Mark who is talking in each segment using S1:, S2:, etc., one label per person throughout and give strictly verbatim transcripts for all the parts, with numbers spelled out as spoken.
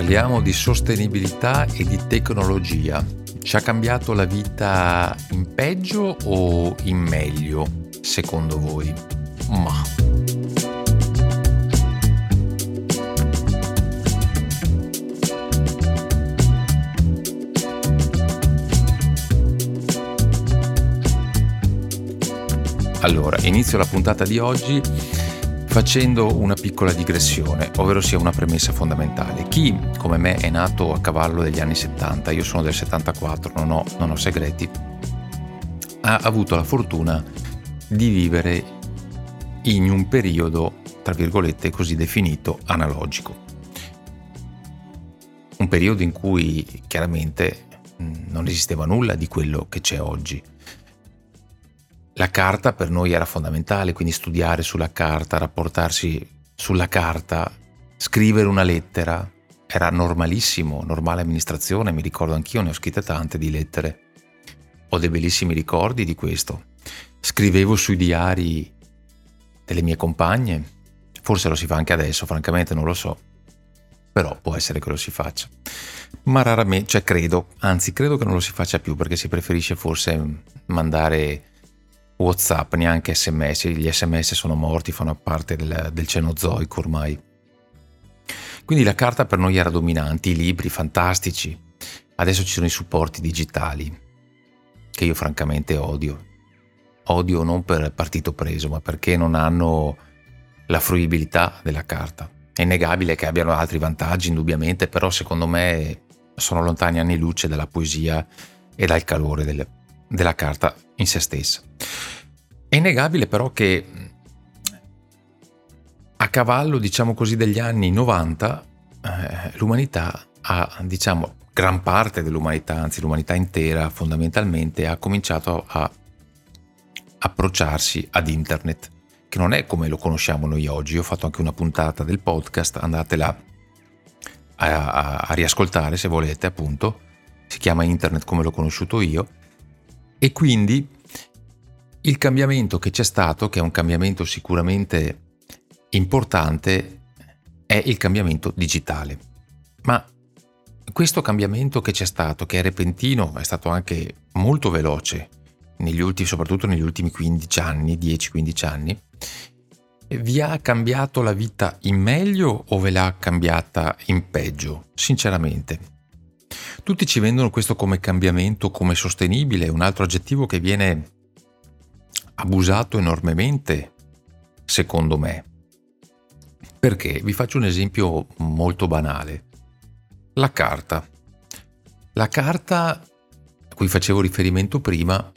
S1: Parliamo di sostenibilità e di tecnologia. Ci ha cambiato la vita in peggio o in meglio, secondo voi? Ma... Allora, inizio la puntata di oggi facendo una piccola digressione, ovvero sia una premessa fondamentale. Chi, come me, è nato a cavallo degli anni settanta, io sono del settantaquattro, non ho, non ho segreti, ha avuto la fortuna di vivere in un periodo, tra virgolette, così definito analogico. Un periodo in cui chiaramente non esisteva nulla di quello che c'è oggi. La carta per noi era fondamentale, quindi studiare sulla carta, rapportarsi sulla carta, scrivere una lettera era normalissimo, normale amministrazione. Mi ricordo anch'io, ne ho scritte tante di lettere. Ho dei bellissimi ricordi di questo. Scrivevo sui diari delle mie compagne, forse lo si fa anche adesso, francamente non lo so, però può essere che lo si faccia. Ma raramente, cioè credo, anzi credo che non lo si faccia più, perché si preferisce forse mandare WhatsApp, neanche sms. Gli sms sono morti, fanno parte del, del Cenozoico ormai. Quindi la carta per noi era dominante, i libri fantastici. Adesso ci sono i supporti digitali, che io francamente odio. Odio non per partito preso, ma perché non hanno la fruibilità della carta. È innegabile che abbiano altri vantaggi, indubbiamente, però secondo me sono lontani anni luce dalla poesia e dal calore del, della carta in se stessa. È innegabile però che a cavallo, diciamo così, degli anni novanta eh, l'umanità ha, diciamo, gran parte dell'umanità, anzi l'umanità intera fondamentalmente, ha cominciato a approcciarsi ad internet, che non è come lo conosciamo noi oggi. Io ho fatto anche una puntata del podcast, andatela a, a, a riascoltare se volete, appunto, si chiama Internet come l'ho conosciuto io. E quindi il cambiamento che c'è stato, che è un cambiamento sicuramente importante, è il cambiamento digitale. Ma questo cambiamento che c'è stato, che è repentino, è stato anche molto veloce, negli ultimi, soprattutto negli ultimi quindici anni, dieci quindici anni, vi ha cambiato la vita in meglio o ve l'ha cambiata in peggio? Sinceramente. Tutti ci vendono questo come cambiamento, come sostenibile, un altro aggettivo che viene abusato enormemente, secondo me. Perché? Vi faccio un esempio molto banale. La carta. La carta a cui facevo riferimento prima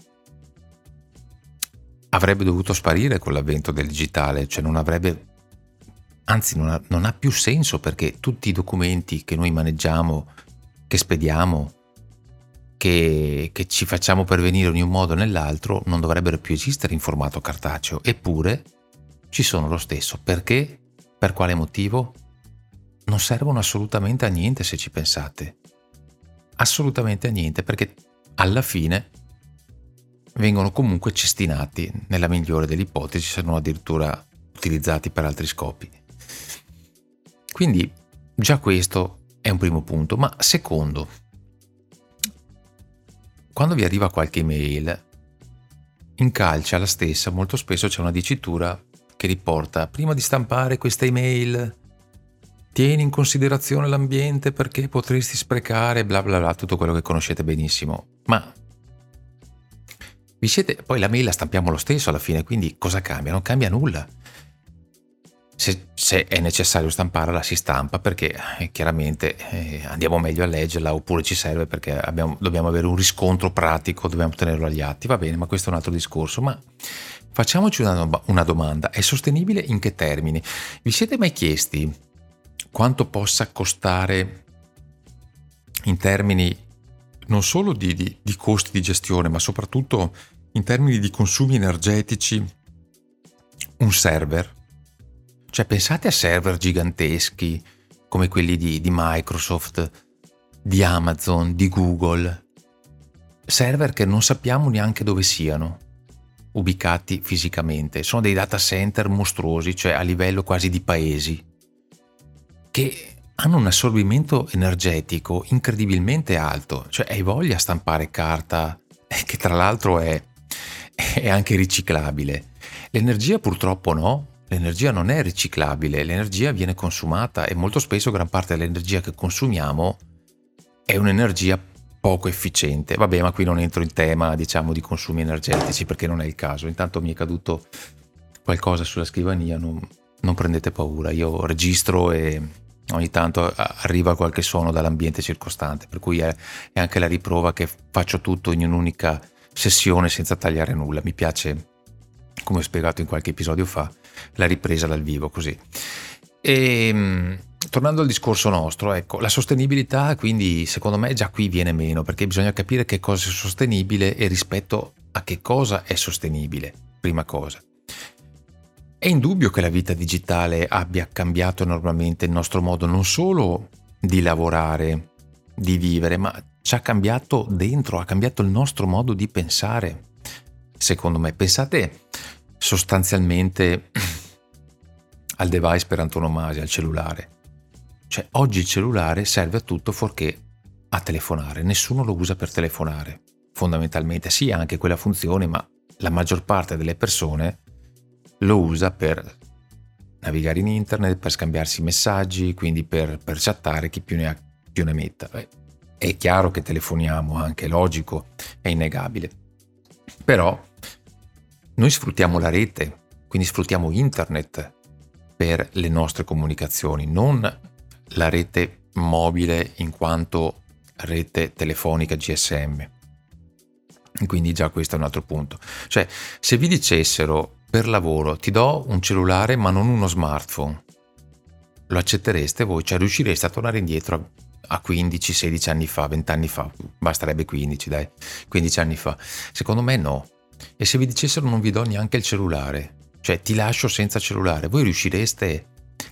S1: avrebbe dovuto sparire con l'avvento del digitale, cioè non avrebbe, anzi non ha, non ha più senso, perché tutti i documenti che noi maneggiamo, che spediamo, che, che ci facciamo pervenire in un modo o nell'altro, non dovrebbero più esistere in formato cartaceo, eppure ci sono lo stesso. Perché? Per quale motivo? Non servono assolutamente a niente, se ci pensate. Assolutamente a niente, perché alla fine vengono comunque cestinati, nella migliore delle ipotesi, se non addirittura utilizzati per altri scopi. Quindi già questo è un primo punto. Ma secondo, quando vi arriva qualche email, in calce alla stessa molto spesso c'è una dicitura che riporta: prima di stampare questa email tieni in considerazione l'ambiente perché potresti sprecare bla bla bla, tutto quello che conoscete benissimo. Ma vi siete, poi la mail la stampiamo lo stesso alla fine, quindi cosa cambia? Non cambia nulla. Se, se è necessario stamparla, la si stampa, perché eh, chiaramente eh, andiamo meglio a leggerla, oppure ci serve perché abbiamo, dobbiamo avere un riscontro pratico, dobbiamo tenerlo agli atti. Va bene, ma questo è un altro discorso. Ma facciamoci una, una domanda: è sostenibile in che termini? Vi siete mai chiesti quanto possa costare in termini non solo di, di, di costi di gestione, ma soprattutto in termini di consumi energetici, un server? Cioè, pensate a server giganteschi come quelli di, di Microsoft, di Amazon, di Google, server che non sappiamo neanche dove siano ubicati fisicamente. Sono dei data center mostruosi, cioè a livello quasi di paesi, che hanno un assorbimento energetico incredibilmente alto, cioè hai voglia a stampare carta, che tra l'altro è, è anche riciclabile. L'energia purtroppo no, l'energia non è riciclabile, l'energia viene consumata e molto spesso gran parte dell'energia che consumiamo è un'energia poco efficiente. Vabbè, ma qui non entro in tema, diciamo, di consumi energetici perché non è il caso. Intanto mi è caduto qualcosa sulla scrivania, non, non prendete paura, io registro e ogni tanto arriva qualche suono dall'ambiente circostante, per cui è, è anche la riprova che faccio tutto in un'unica sessione senza tagliare nulla. Mi piace, come ho spiegato in qualche episodio fa, la ripresa dal vivo così. E tornando al discorso nostro, ecco, la sostenibilità quindi secondo me già qui viene meno, perché bisogna capire che cosa è sostenibile e rispetto a che cosa è sostenibile, prima cosa. È indubbio che la vita digitale abbia cambiato enormemente il nostro modo non solo di lavorare, di vivere, ma ci ha cambiato dentro, ha cambiato il nostro modo di pensare. Secondo me, pensate sostanzialmente al device per antonomasia, al cellulare. Cioè, oggi il cellulare serve a tutto fuorché a telefonare. Nessuno lo usa per telefonare. Fondamentalmente sì, ha anche quella funzione, ma la maggior parte delle persone lo usa per navigare in internet, per scambiarsi messaggi, quindi per, per chattare, chi più ne ha più ne metta. Beh, è chiaro che telefoniamo, anche logico, è innegabile. Però noi sfruttiamo la rete, quindi sfruttiamo internet per le nostre comunicazioni, non la rete mobile in quanto rete telefonica G S M. Quindi già questo è un altro punto. Cioè, se vi dicessero per lavoro ti do un cellulare ma non uno smartphone, lo accettereste voi? Cioè riuscireste a tornare indietro a quindici sedici anni fa, venti anni fa? Basterebbe quindici, dai, quindici anni fa. Secondo me no. E se vi dicessero non vi do neanche il cellulare, cioè ti lascio senza cellulare, voi riuscireste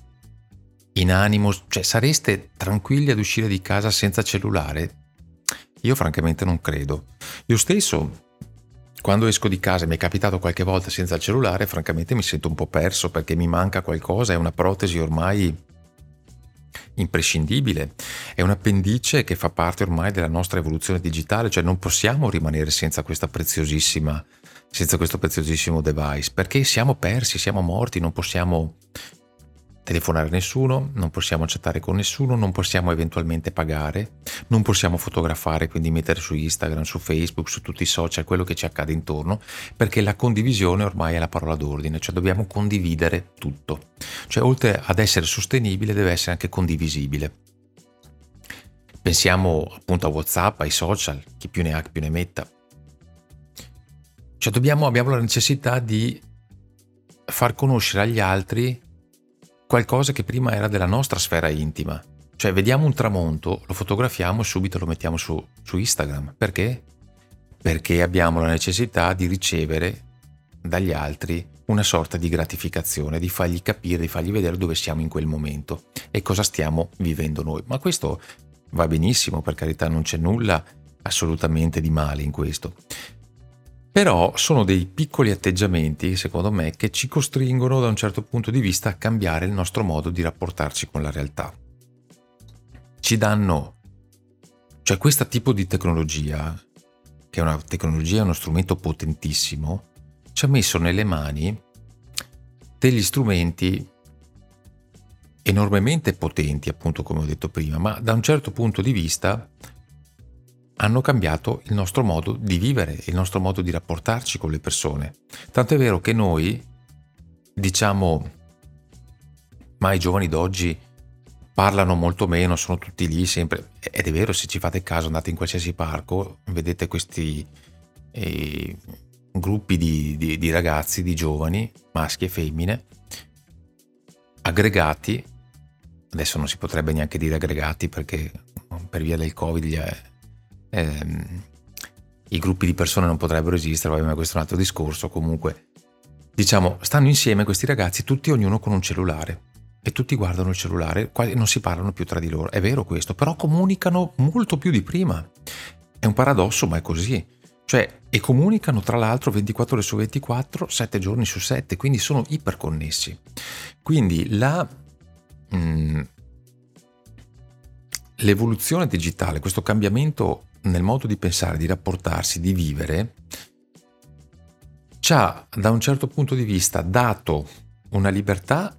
S1: in animo, cioè sareste tranquilli ad uscire di casa senza cellulare? Io francamente non credo. Io stesso, quando esco di casa, mi è capitato qualche volta senza il cellulare, francamente mi sento un po' perso perché mi manca qualcosa, è una protesi ormai imprescindibile, è un appendice che fa parte ormai della nostra evoluzione digitale, cioè non possiamo rimanere senza questa preziosissima, senza questo preziosissimo device, perché siamo persi, siamo morti, non possiamo telefonare a nessuno, non possiamo chattare con nessuno, non possiamo eventualmente pagare, non possiamo fotografare, quindi mettere su Instagram, su Facebook, su tutti i social quello che ci accade intorno, perché la condivisione ormai è la parola d'ordine, cioè dobbiamo condividere tutto. Cioè oltre ad essere sostenibile deve essere anche condivisibile. Pensiamo appunto a WhatsApp, ai social, chi più ne ha chi più ne metta. Cioè dobbiamo, abbiamo la necessità di far conoscere agli altri qualcosa che prima era della nostra sfera intima. Cioè vediamo un tramonto, lo fotografiamo e subito lo mettiamo su, su Instagram. Perché? Perché abbiamo la necessità di ricevere dagli altri una sorta di gratificazione, di fargli capire, di fargli vedere dove siamo in quel momento e cosa stiamo vivendo noi. Ma questo va benissimo, per carità, non c'è nulla assolutamente di male in questo. Però sono dei piccoli atteggiamenti, secondo me, che ci costringono da un certo punto di vista a cambiare il nostro modo di rapportarci con la realtà. Ci danno, cioè questo tipo di tecnologia, che è una tecnologia, uno strumento potentissimo, ci ha messo nelle mani degli strumenti enormemente potenti, appunto come ho detto prima, ma da un certo punto di vista hanno cambiato il nostro modo di vivere, il nostro modo di rapportarci con le persone. Tanto è vero che noi diciamo, ma i giovani d'oggi parlano molto meno, sono tutti lì sempre. Ed è vero, se ci fate caso, andate in qualsiasi parco, vedete questi eh, gruppi di, di, di ragazzi, di giovani, maschi e femmine, aggregati. Adesso non si potrebbe neanche dire aggregati perché per via del Covid gli è, ehm, i gruppi di persone non potrebbero esistere, ma questo è un altro discorso. Comunque, diciamo, stanno insieme questi ragazzi, tutti ognuno con un cellulare, e tutti guardano il cellulare, non si parlano più tra di loro. È vero questo, però comunicano molto più di prima. È un paradosso, ma è così. Cioè, e comunicano tra l'altro ventiquattro ore su ventiquattro, sette giorni su sette, quindi sono iperconnessi. Quindi la, mh, l'evoluzione digitale, questo cambiamento nel modo di pensare, di rapportarsi, di vivere, ci ha da un certo punto di vista dato una libertà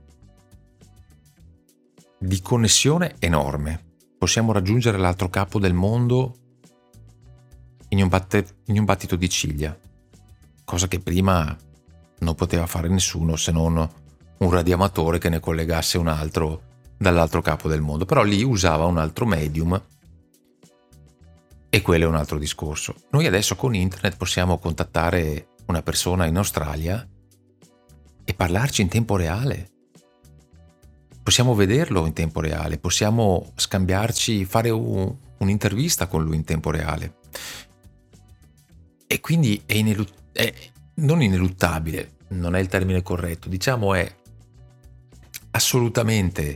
S1: di connessione enorme. Possiamo raggiungere l'altro capo del mondo in un, batte, in un battito di ciglia, cosa che prima non poteva fare nessuno se non un radioamatore che ne collegasse un altro dall'altro capo del mondo. Però lì usava un altro medium e quello è un altro discorso. Noi adesso con internet possiamo contattare una persona in Australia e parlarci in tempo reale. Possiamo vederlo in tempo reale, possiamo scambiarci, fare un, un'intervista con lui in tempo reale. E quindi è, inelut- è non ineluttabile, non è il termine corretto, diciamo è assolutamente,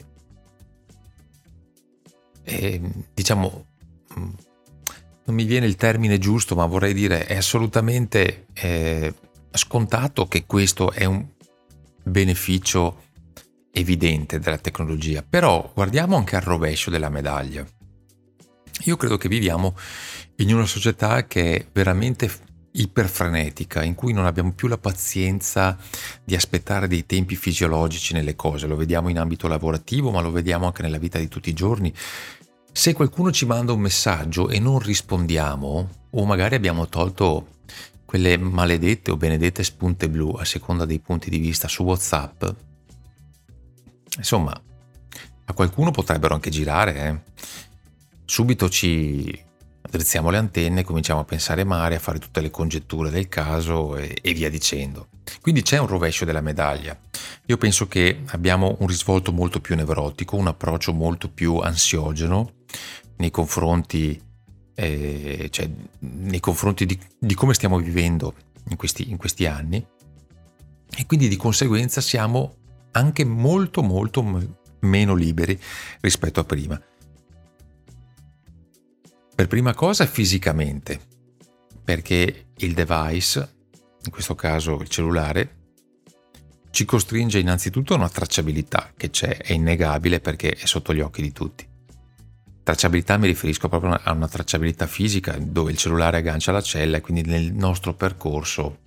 S1: è, diciamo, non mi viene il termine giusto, ma vorrei dire è assolutamente eh, scontato che questo è un beneficio evidente della tecnologia. Però guardiamo anche al rovescio della medaglia. Io credo che viviamo in una società che è veramente iperfrenetica, in cui non abbiamo più la pazienza di aspettare dei tempi fisiologici nelle cose. Lo vediamo in ambito lavorativo, ma lo vediamo anche nella vita di tutti i giorni. Se qualcuno ci manda un messaggio e non rispondiamo, o magari abbiamo tolto quelle maledette o benedette spunte blu a seconda dei punti di vista su WhatsApp, insomma, a qualcuno potrebbero anche girare, eh? Subito ci drizziamo le antenne, cominciamo a pensare male, a fare tutte le congetture del caso e, e via dicendo. Quindi c'è un rovescio della medaglia. Io penso che abbiamo un risvolto molto più nevrotico, un approccio molto più ansiogeno nei confronti, eh, cioè, nei confronti di, di come stiamo vivendo in questi, in questi anni, e quindi di conseguenza siamo anche molto molto meno liberi rispetto a prima. Per prima cosa fisicamente, perché il device, in questo caso il cellulare, ci costringe innanzitutto a una tracciabilità che c'è, è innegabile perché è sotto gli occhi di tutti. Tracciabilità mi riferisco proprio a una tracciabilità fisica dove il cellulare aggancia la cella e quindi nel nostro percorso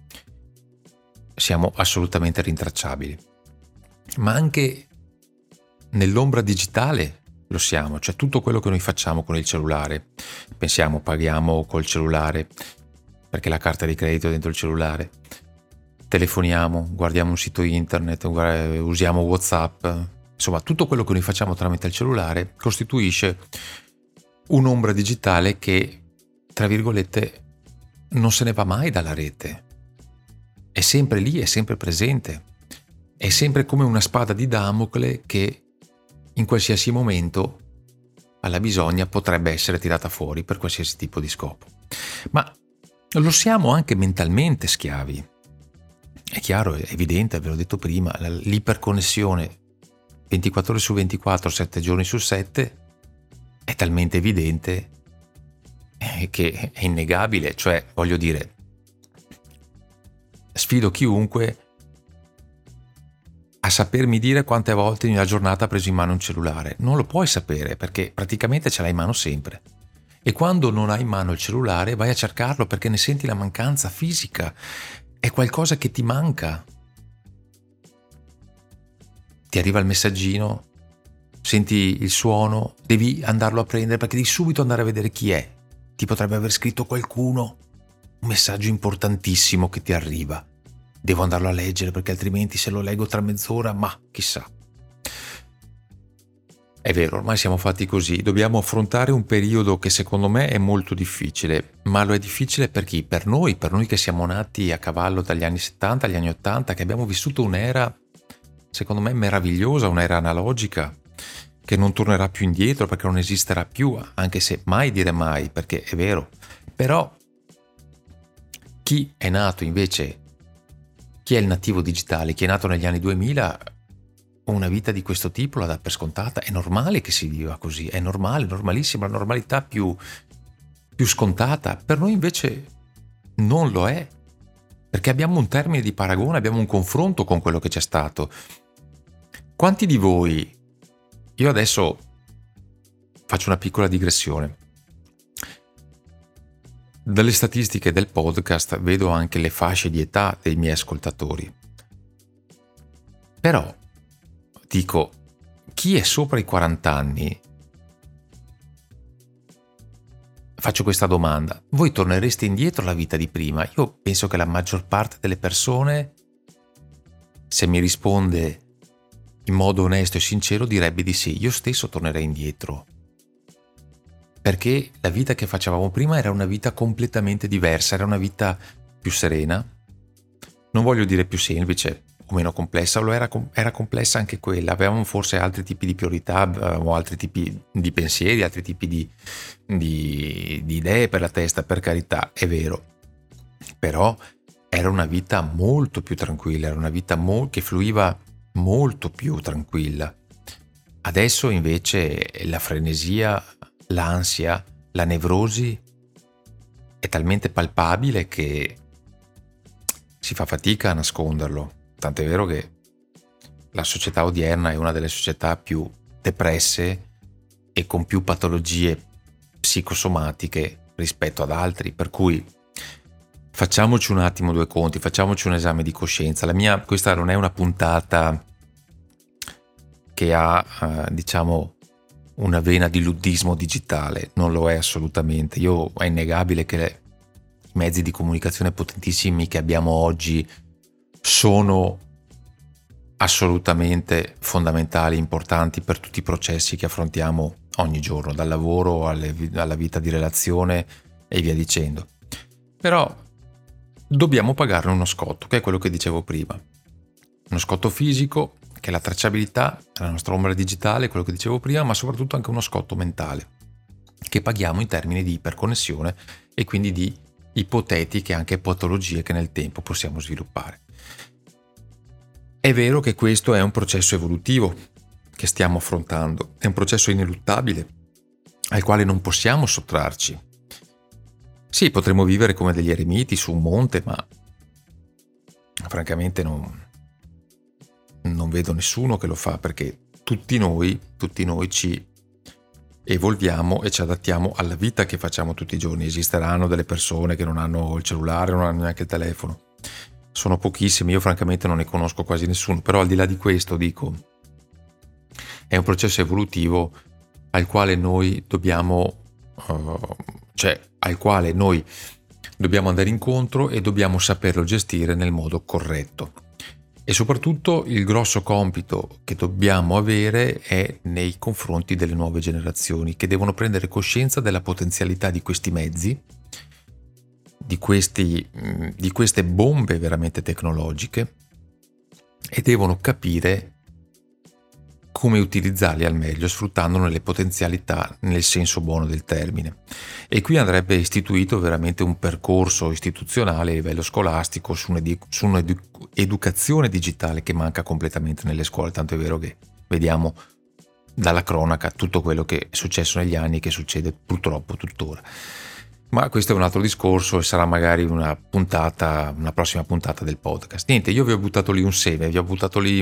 S1: siamo assolutamente rintracciabili. Ma anche nell'ombra digitale lo siamo, cioè tutto quello che noi facciamo con il cellulare. Pensiamo, paghiamo col cellulare perché la carta di credito è dentro il cellulare, telefoniamo, guardiamo un sito internet, usiamo WhatsApp, insomma tutto quello che noi facciamo tramite il cellulare costituisce un'ombra digitale che, tra virgolette, non se ne va mai dalla rete, è sempre lì, è sempre presente, è sempre come una spada di Damocle che in qualsiasi momento, alla bisogna, potrebbe essere tirata fuori per qualsiasi tipo di scopo. Ma lo siamo anche mentalmente schiavi. È chiaro, è evidente, ve l'ho detto prima, l'iperconnessione ventiquattro ore su ventiquattro, sette giorni su sette è talmente evidente che è innegabile. Cioè, voglio dire, sfido chiunque a sapermi dire quante volte nella giornata ha preso in mano un cellulare. Non lo puoi sapere perché praticamente ce l'hai in mano sempre. E quando non hai in mano il cellulare vai a cercarlo perché ne senti la mancanza fisica. È qualcosa che ti manca. Ti arriva il messaggino, senti il suono, devi andarlo a prendere perché devi subito andare a vedere chi è. Ti potrebbe aver scritto qualcuno, un messaggio importantissimo che ti arriva. Devo andarlo a leggere perché altrimenti se lo leggo tra mezz'ora, ma chissà. È vero, ormai siamo fatti così, dobbiamo affrontare un periodo che secondo me è molto difficile, ma lo è difficile per chi? Per noi, per noi che siamo nati a cavallo dagli anni settanta agli anni ottanta, che abbiamo vissuto un'era, secondo me, meravigliosa, un'era analogica, che non tornerà più indietro perché non esisterà più, anche se mai dire mai, perché è vero. Però chi è nato invece... Chi è il nativo digitale, chi è nato negli anni duemila, una vita di questo tipo la dà per scontata. È normale che si viva così, è normale, normalissima, la normalità più, più scontata. Per noi invece non lo è, perché abbiamo un termine di paragone, abbiamo un confronto con quello che c'è stato. Quanti di voi, io adesso faccio una piccola digressione. Dalle statistiche del podcast vedo anche le fasce di età dei miei ascoltatori. Però dico, chi è sopra i quaranta anni? Faccio questa domanda: voi tornereste indietro alla vita di prima? Io penso che la maggior parte delle persone, se mi risponde in modo onesto e sincero, direbbe di sì. Io stesso tornerei indietro, perché la vita che facevamo prima era una vita completamente diversa, era una vita più serena, non voglio dire più semplice o meno complessa, lo era, era complessa anche quella, avevamo forse altri tipi di priorità, avevamo altri tipi di pensieri, altri tipi di, di, di idee per la testa, per carità, è vero, però era una vita molto più tranquilla, era una vita mo- che fluiva molto più tranquilla. Adesso invece la frenesia, l'ansia, la nevrosi è talmente palpabile che si fa fatica a nasconderlo. Tant'è vero che la società odierna è una delle società più depresse e con più patologie psicosomatiche rispetto ad altri, per cui facciamoci un attimo due conti, facciamoci un esame di coscienza. La mia, questa non è una puntata che ha, eh, diciamo, una vena di luddismo digitale, non lo è assolutamente. Io, è innegabile che le, i mezzi di comunicazione potentissimi che abbiamo oggi sono assolutamente fondamentali, importanti per tutti i processi che affrontiamo ogni giorno, dal lavoro alle, alla vita di relazione e via dicendo. Però dobbiamo pagarne uno scotto, che è quello che dicevo prima. Uno scotto fisico, che è la tracciabilità, la nostra ombra digitale, quello che dicevo prima, ma soprattutto anche uno scotto mentale, che paghiamo in termini di iperconnessione e quindi di ipotetiche anche patologie che nel tempo possiamo sviluppare. È vero che questo è un processo evolutivo che stiamo affrontando, è un processo ineluttabile al quale non possiamo sottrarci. Sì, potremmo vivere come degli eremiti su un monte, ma francamente non, non vedo nessuno che lo fa, perché tutti noi, tutti noi ci evolviamo e ci adattiamo alla vita che facciamo tutti i giorni. Esisteranno delle persone che non hanno il cellulare, non hanno neanche il telefono. Sono pochissimi, io francamente non ne conosco quasi nessuno, però al di là di questo dico, è un processo evolutivo al quale noi dobbiamo, uh, cioè al quale noi dobbiamo andare incontro e dobbiamo saperlo gestire nel modo corretto. E soprattutto il grosso compito che dobbiamo avere è nei confronti delle nuove generazioni, che devono prendere coscienza della potenzialità di questi mezzi, di, questi, di queste bombe veramente tecnologiche, e devono capire come utilizzarli al meglio, sfruttandone le potenzialità nel senso buono del termine. E qui andrebbe istituito veramente un percorso istituzionale a livello scolastico su, un'edu- su un'educazione digitale che manca completamente nelle scuole, tanto è vero che vediamo dalla cronaca tutto quello che è successo negli anni e che succede purtroppo tuttora. Ma questo è un altro discorso e sarà magari una puntata, una prossima puntata del podcast. Niente, io vi ho buttato lì un seme, vi ho buttato lì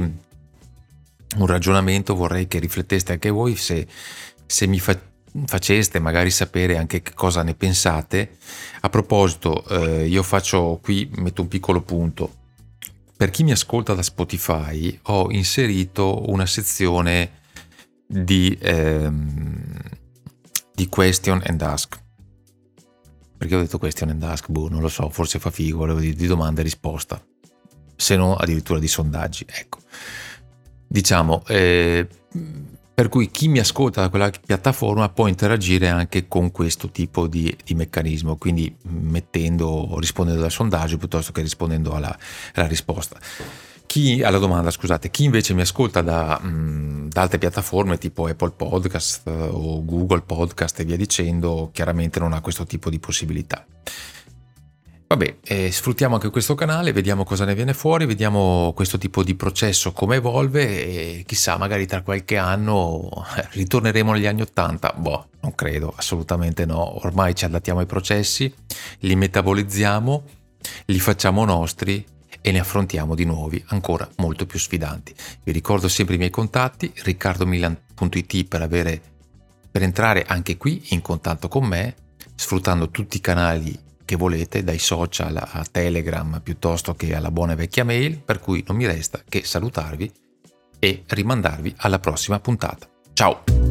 S1: un ragionamento, vorrei che rifletteste anche voi, se, se mi fa, faceste magari sapere anche che cosa ne pensate. A proposito, eh, io faccio qui, metto un piccolo punto. Per chi mi ascolta da Spotify, ho inserito una sezione di, ehm, di question and ask. Perché ho detto question and ask? Boh, non lo so, forse fa figo, volevo dire di domanda e risposta, se no addirittura di sondaggi, ecco. Diciamo, eh, per cui chi mi ascolta da quella piattaforma può interagire anche con questo tipo di, di meccanismo, quindi mettendo, rispondendo al sondaggio piuttosto che rispondendo alla, alla risposta. Chi, alla domanda, scusate, chi invece mi ascolta da, mh, da altre piattaforme tipo Apple Podcast o Google Podcast e via dicendo, chiaramente non ha questo tipo di possibilità. Vabbè, eh, sfruttiamo anche questo canale, vediamo cosa ne viene fuori, vediamo questo tipo di processo come evolve e chissà, magari tra qualche anno ritorneremo negli anni ottanta. Boh, non credo, assolutamente no. Ormai ci adattiamo ai processi, li metabolizziamo, li facciamo nostri e ne affrontiamo di nuovi, ancora molto più sfidanti. Vi ricordo sempre i miei contatti, riccardo milan punto it per avere per entrare anche qui in contatto con me, sfruttando tutti i canali che volete, dai social a Telegram piuttosto che alla buona vecchia mail, per cui non mi resta che salutarvi e rimandarvi alla prossima puntata. Ciao!